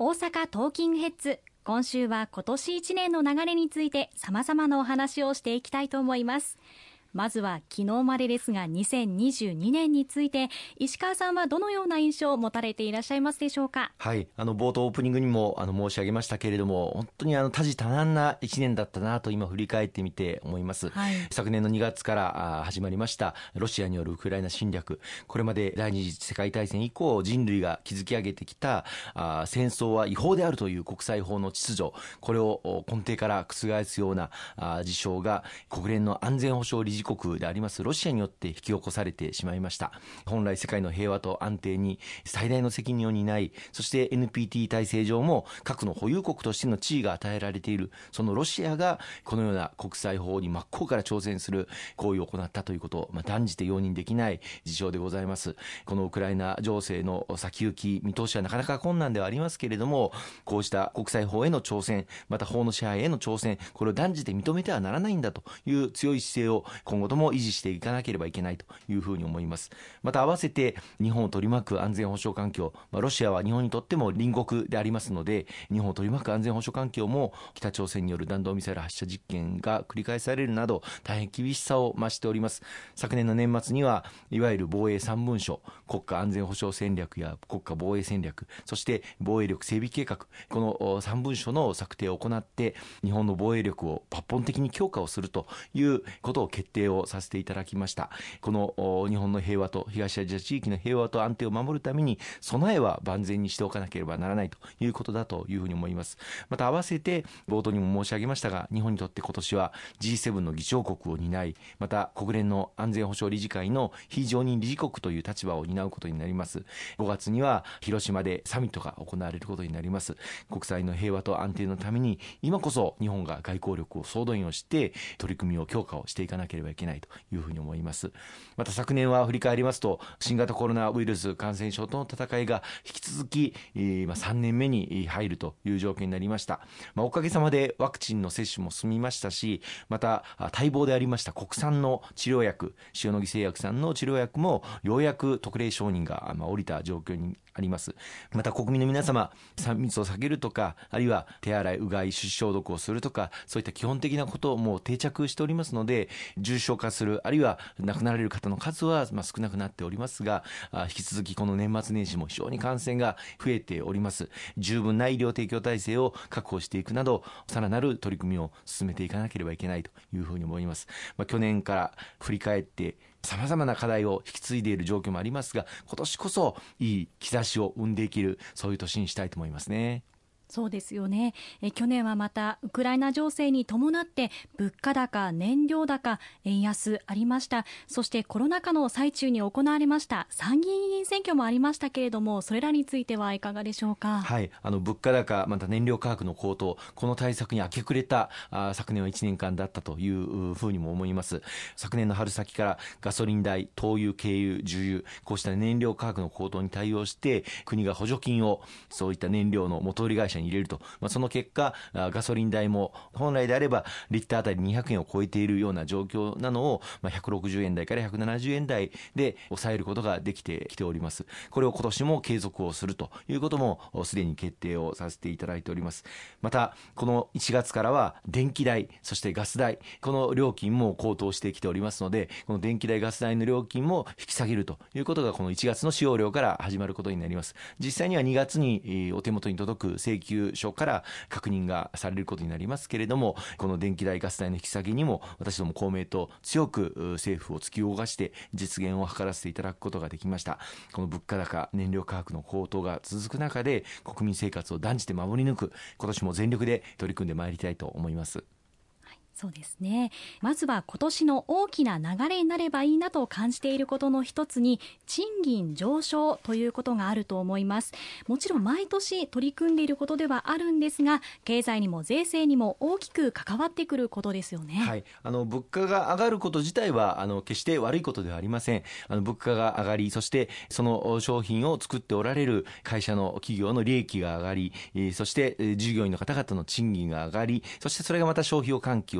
大阪トーキングヘッズ、今週は今年1年の流れについて様々なお話をしていきたいと思います。まずは昨日までですが2022年について石川さんはどのような印象を持たれていらっしゃいますでしょうか。 はい、冒頭オープニングにも申し上げましたけれども、本当に多事多難な1年だったなと今振り返ってみて思います、 はい、 昨年の2月から始まりましたロシアによるウクライナ侵略、これまで第二次世界大戦以降人類が築き上げてきた戦争は違法であるという国際法の秩序、これを根底から覆すような事象が国連の安全保障理事国でありますロシアによって引き起こされてしまいました。本来世界の平和と安定に最大の責任を担い、そして NPT 体制上も核の保有国としての地位が与えられているそのロシアがこのような国際法に真っ向から挑戦する行為を行ったということを、断じて容認できない事象でございます。このウクライナ情勢の先行き見通しはなかなか困難ではありますけれども、こうした国際法への挑戦、また法の支配への挑戦、これを断じて認めてはならないんだという強い姿勢を今後とも維持していかなければいけないというふうに思います。また合わせて日本を取り巻く安全保障環境、ロシアは日本にとっても隣国でありますので、日本を取り巻く安全保障環境も北朝鮮による弾道ミサイル発射実験が繰り返されるなど大変厳しさを増しております。昨年の年末にはいわゆる防衛3文書、国家安全保障戦略や国家防衛戦略、そして防衛力整備計画、この3文書の策定を行って日本の防衛力を抜本的に強化をするということを決定をさせていただきました。この日本の平和と東アジア地域の平和と安定を守るために備えは万全にしておかなければならないということだというふうに思います。また合わせて冒頭にも申し上げましたが、日本にとって今年は G7 の議長国を担い、また国連の安全保障理事会の非常任理事国という立場を担うことになります。5月には広島でサミットが行われることになります。国際の平和と安定のために今こそ日本が外交力を総動員をして取り組みを強化をしていかなければいけないというふうに思います。また昨年は振り返りますと、新型コロナウイルス感染症との戦いが引き続き3年目に入るという状況になりました。おかげさまでワクチンの接種も進みましたし、また待望でありました国産の治療薬、塩野義製薬さんの治療薬もようやく特例承認が下りた状況にあります。また国民の皆様、3密を避けるとか、あるいは手洗い、うがい、手指消毒をするとか、そういった基本的なことも定着しておりますので、重症化する、あるいは亡くなられる方の数は少なくなっておりますが、引き続きこの年末年始も非常に感染が増えております。十分な医療提供体制を確保していくなど、さらなる取り組みを進めていかなければいけないというふうに思います。去年から振り返って様々な課題を引き継いでいる状況もありますが、今年こそいい兆しを生んでいける、そういう年にしたいと思いますね。 そうですよね。去年はまたウクライナ情勢に伴って物価高、燃料高、円安ありました。そしてコロナ禍の最中に行われました参議院議員選挙もありましたけれども、それらについてはいかがでしょうか。 はい、物価高、また燃料価格の高騰、この対策に明け暮れた昨年は1年間だったというふうにも思います。昨年の春先からガソリン代、灯油、軽油、重油、こうした燃料価格の高騰に対応して国が補助金をそういった燃料の元売り会社に入れると、その結果ガソリン代も本来であればリッターあたり200円を超えているような状況なのを、160円台から170円台で抑えることができてきております。これを今年も継続をするということもすでに決定をさせていただいております。またこの1月からは電気代、そしてガス代、この料金も高騰してきておりますので、この電気代、ガス代の料金も引き下げるということがこの1月の使用量から始まることになります。実際には2月にお手元に届く請求書から確認がされることになりますけれども、この電気代、ガス代の引き下げにも私ども公明党強く政府を突き動かして実現を図らせていただくことができました。この物価高、燃料価格の高騰が続く中で国民生活を断じて守り抜く、今年も全力で取り組んでまいりたいと思います。 そうですね。まずは今年の大きな流れになればいいなと感じていることの一つに賃金上昇ということがあると思います。もちろん毎年取り組んでいることではあるんですが、経済にも税制にも大きく関わってくることですよね。 はい、物価が上がること自体は決して悪いことではありません。物価が上がり、そしてその商品を作っておられる会社の企業の利益が上がり、そして従業員の方々の賃金が上がり、そしてそれがまた消費を喚起を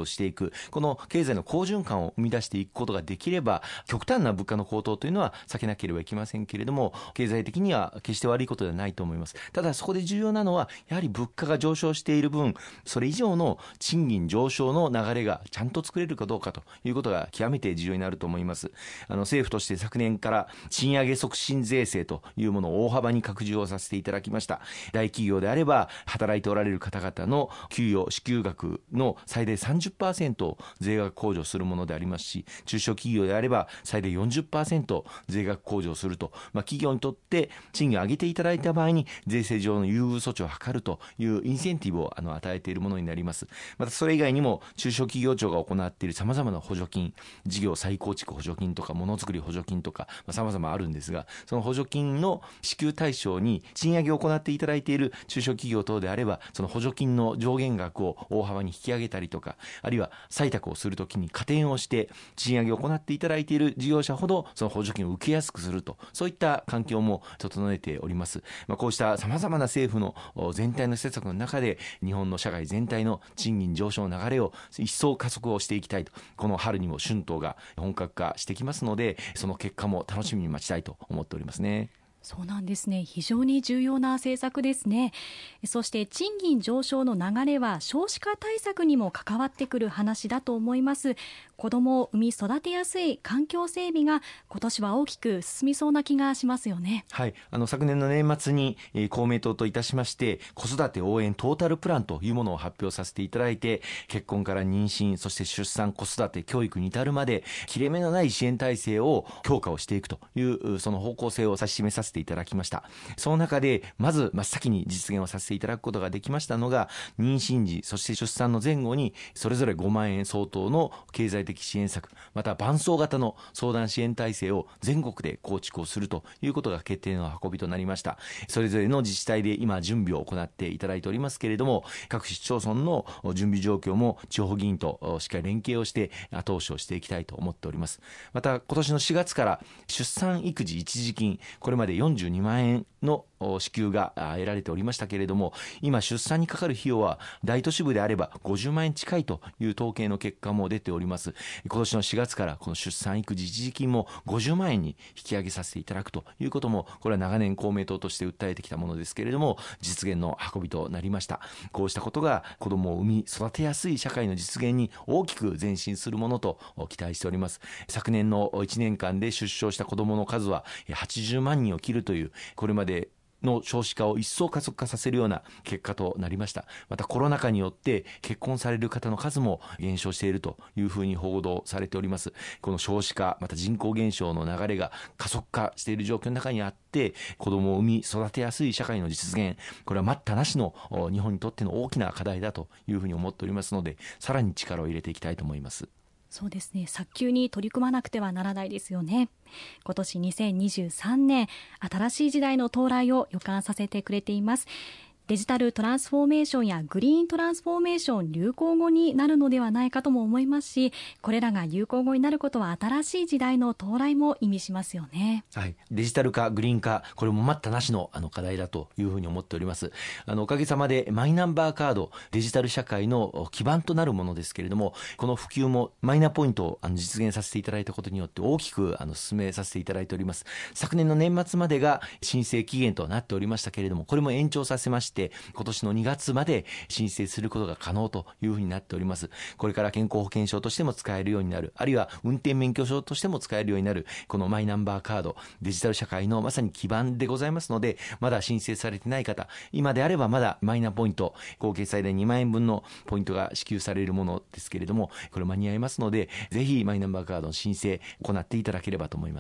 していく、この経済の好循環を生み出していくことができれば、極端な物価の高騰というのは避けなければいけませんけれども、経済的には決して悪いことではないと思います。ただそこで重要なのは、やはり物価が上昇している分、それ以上の賃金上昇の流れがちゃんと作れるかどうかということが極めて重要になると思います。政府として昨年から賃上げ促進税制というものを大幅に拡充をさせていただきました。大企業であれば働いておられる方々の給与支給額の最大 30% を税額控除するものでありますし、中小企業であれば最大 40% 税額控除をすると、企業にとって賃金を上げていただいた場合に税制上の優遇措置を図るというインセンティブを与えているものになります。またそれ以外にも中小企業庁が行っているさまざまな補助金、事業再構築補助金とかものづくり補助金とかさまざまあるんですが、その補助金の支給対象に賃上げを行っていただいている中小企業等であれば、その補助金の上限額を大幅に引き上げたりとか、あるいは採択をするときに加点をして賃上げを行っていただいている事業者ほどその補助金を受けやすくすると、そういった環境も整えております。こうしたさまざまな政府の全体の施策の中で、日本の社会全体の賃金上昇の流れを一層加速をしていきたいと。この春にも春闘が本格化してきますので、その結果も楽しみに待ちたいと思っておりますね。 そうなんですね。非常に重要な政策ですね。そして賃金上昇の流れは少子化対策にも関わってくる話だと思います。子どもを産み育てやすい環境整備が今年は大きく進みそうな気がしますよね。 はい、昨年の年末に、公明党といたしまして子育て応援トータルプランというものを発表させていただいて、結婚から妊娠、そして出産、子育て、教育に至るまで切れ目のない支援体制を強化をしていくというその方向性を指し示させていただきました。その中でまず真っ先に実現をさせていただくことができましたのが、妊娠時そして出産の前後にそれぞれ5万円相当の経済的支援策、また伴走型の相談支援体制を全国で構築をするということが決定の運びとなりました。それぞれの自治体で今準備を行っていただいておりますけれども、各市町村の準備状況も地方議員としっかり連携をして後押しをしていきたいと思っております。また今年の4月から出産育児一時金、これまで42万円の支給が得られておりましたけれども、今出産にかかる費用は大都市部であれば50万円近いという統計の結果も出ております。今年の4月からこの出産育児一時金も50万円に引き上げさせていただくということも、これは長年公明党として訴えてきたものですけれども、実現の運びとなりました。こうしたことが子どもを産み育てやすい社会の実現に大きく前進するものと期待しております。昨年の1年間で出生した子どもの数は80万人を切るという、これまでの少子化を一層加速化させるような結果となりました。またコロナ禍によって結婚される方の数も減少しているというふうに報道されております。この少子化、また人口減少の流れが加速化している状況の中にあって、子どもを産み育てやすい社会の実現、これは待ったなしの日本にとっての大きな課題だというふうに思っておりますので、さらに力を入れていきたいと思います。 そうですね、早急に取り組まなくてはならないですよね。今年2023年、新しい時代の到来を予感させてくれています。デジタルトランスフォーメーションやグリーントランスフォーメーション流行語になるのではないかとも思いますし、これらが流行語になることは新しい時代の到来も意味しますよね。 はい、デジタル化、グリーン化、これも待ったなしの課題だというふうに思っております。おかげさまでマイナンバーカード、デジタル社会の基盤となるものですけれども、この普及もマイナポイントを実現させていただいたことによって大きく進めさせていただいております。昨年の年末までが申請期限となっておりましたけれども、これも延長させまして、今年の2月まで申請することが可能というふうになっております。これから健康保険証としても使えるようになる、あるいは運転免許証としても使えるようになる、このマイナンバーカード、デジタル社会のまさに基盤でございますので、まだ申請されてない方、今であればまだマイナポイント、合計最大2万円分のポイントが支給されるものですけれども、これ間に合いますので、ぜひマイナンバーカードの申請行っていただければと思います。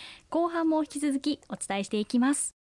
そうですね、ありがとうございます。後半も引き続きお伝えしていきます。